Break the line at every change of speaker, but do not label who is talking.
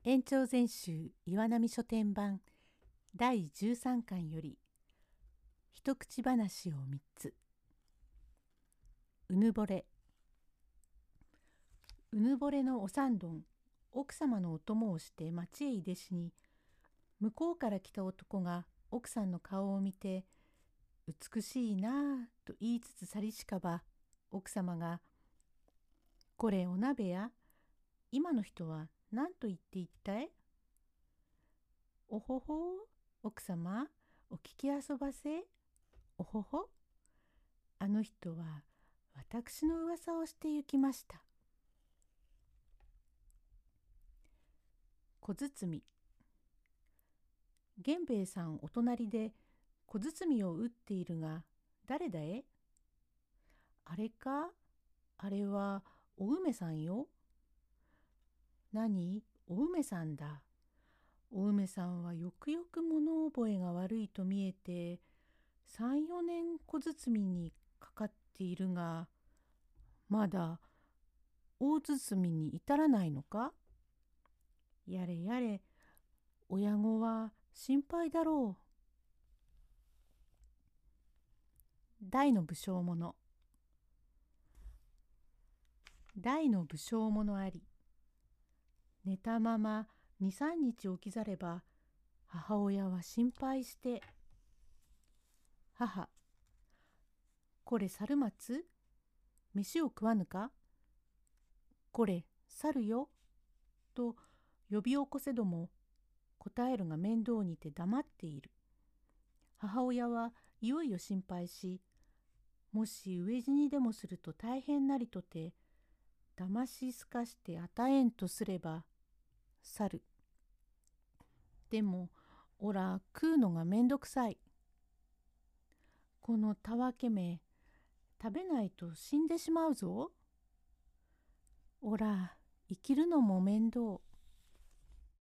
延長全集岩波書店版第13巻より一口話を3つ。うぬぼれ。うぬぼれのお三どん、奥様のお供をして町へいでしに、向こうから来た男が奥さんの顔を見て、美しいなあと言いつつ去りしかば、奥様が、これお鍋や、今の人は何と言って言ったえ？おほほ、奥様、お聞き遊ばせ。おほほ、あの人は私の噂をして行きました。小包。源兵衛さんお隣で小包を打っているが、誰だえ？あれか？あれはお梅さんよ。何？お梅さんだ。お梅さんはよくよく物覚えが悪いと見えて、3、4年小包にかかっているが、まだ大包に至らないのか？やれやれ、親子は心配だろう。大の武将者。大の武将者あり。寝たまま2、3日起きざれば、母親は心配して、母、これ猿松？飯を食わぬか？これ猿よ。と呼び起こせども、答えるが面倒にて黙っている。母親はいよいよ心配し、もし飢え死にでもすると大変なりとて、だましすかして与えんとすれば、猿。でも、おら食うのがめんどくさい。このたわけめ、食べないと死んでしまうぞ。おら、生きるのも面倒。